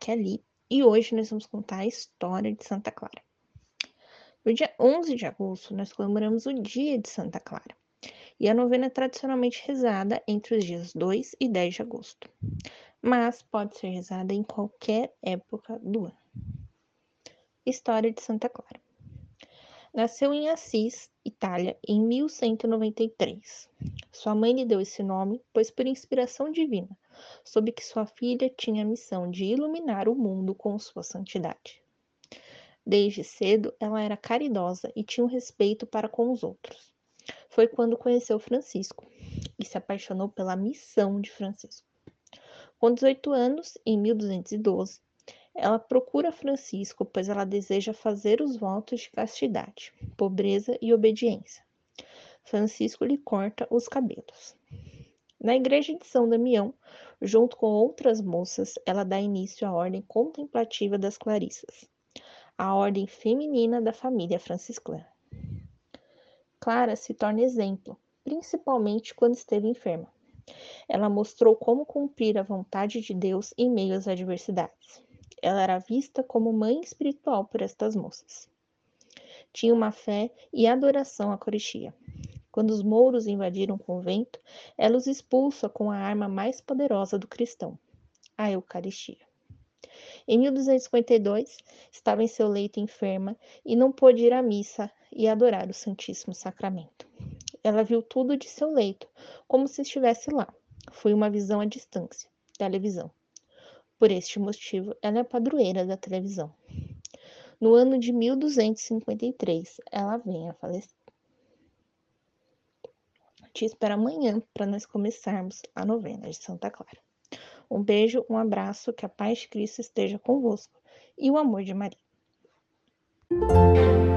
Kelly e hoje nós vamos contar a história de Santa Clara. No dia 11 de agosto, nós comemoramos o Dia de Santa Clara, e a novena é tradicionalmente rezada entre os dias 2 e 10 de agosto, mas pode ser rezada em qualquer época do ano. História de Santa Clara. Nasceu em Assis, Itália, em 1193. Sua mãe lhe deu esse nome, pois por inspiração divina, soube que sua filha tinha a missão de iluminar o mundo com sua santidade. Desde cedo, ela era caridosa e tinha um respeito para com os outros. Foi quando conheceu Francisco e se apaixonou pela missão de Francisco. Com 18 anos, em 1212, ela procura Francisco, pois ela deseja fazer os votos de castidade, pobreza e obediência. Francisco lhe corta os cabelos. Na igreja de São Damião, junto com outras moças, ela dá início à ordem contemplativa das Clarissas, a ordem feminina da família franciscana. Clara se torna exemplo, principalmente quando esteve enferma. Ela mostrou como cumprir a vontade de Deus em meio às adversidades. Ela era vista como mãe espiritual por estas moças. Tinha uma fé e adoração à Eucaristia. Quando os mouros invadiram o convento, ela os expulsa com a arma mais poderosa do cristão, a Eucaristia. Em 1252, estava em seu leito enferma e não pôde ir à missa e adorar o Santíssimo Sacramento. Ela viu tudo de seu leito, como se estivesse lá. Foi uma visão à distância, televisão. Por este motivo, ela é a padroeira da televisão. No ano de 1253, ela vem a falecer. Te espero amanhã para nós começarmos a novena de Santa Clara. Um beijo, um abraço, que a paz de Cristo esteja convosco e o amor de Maria.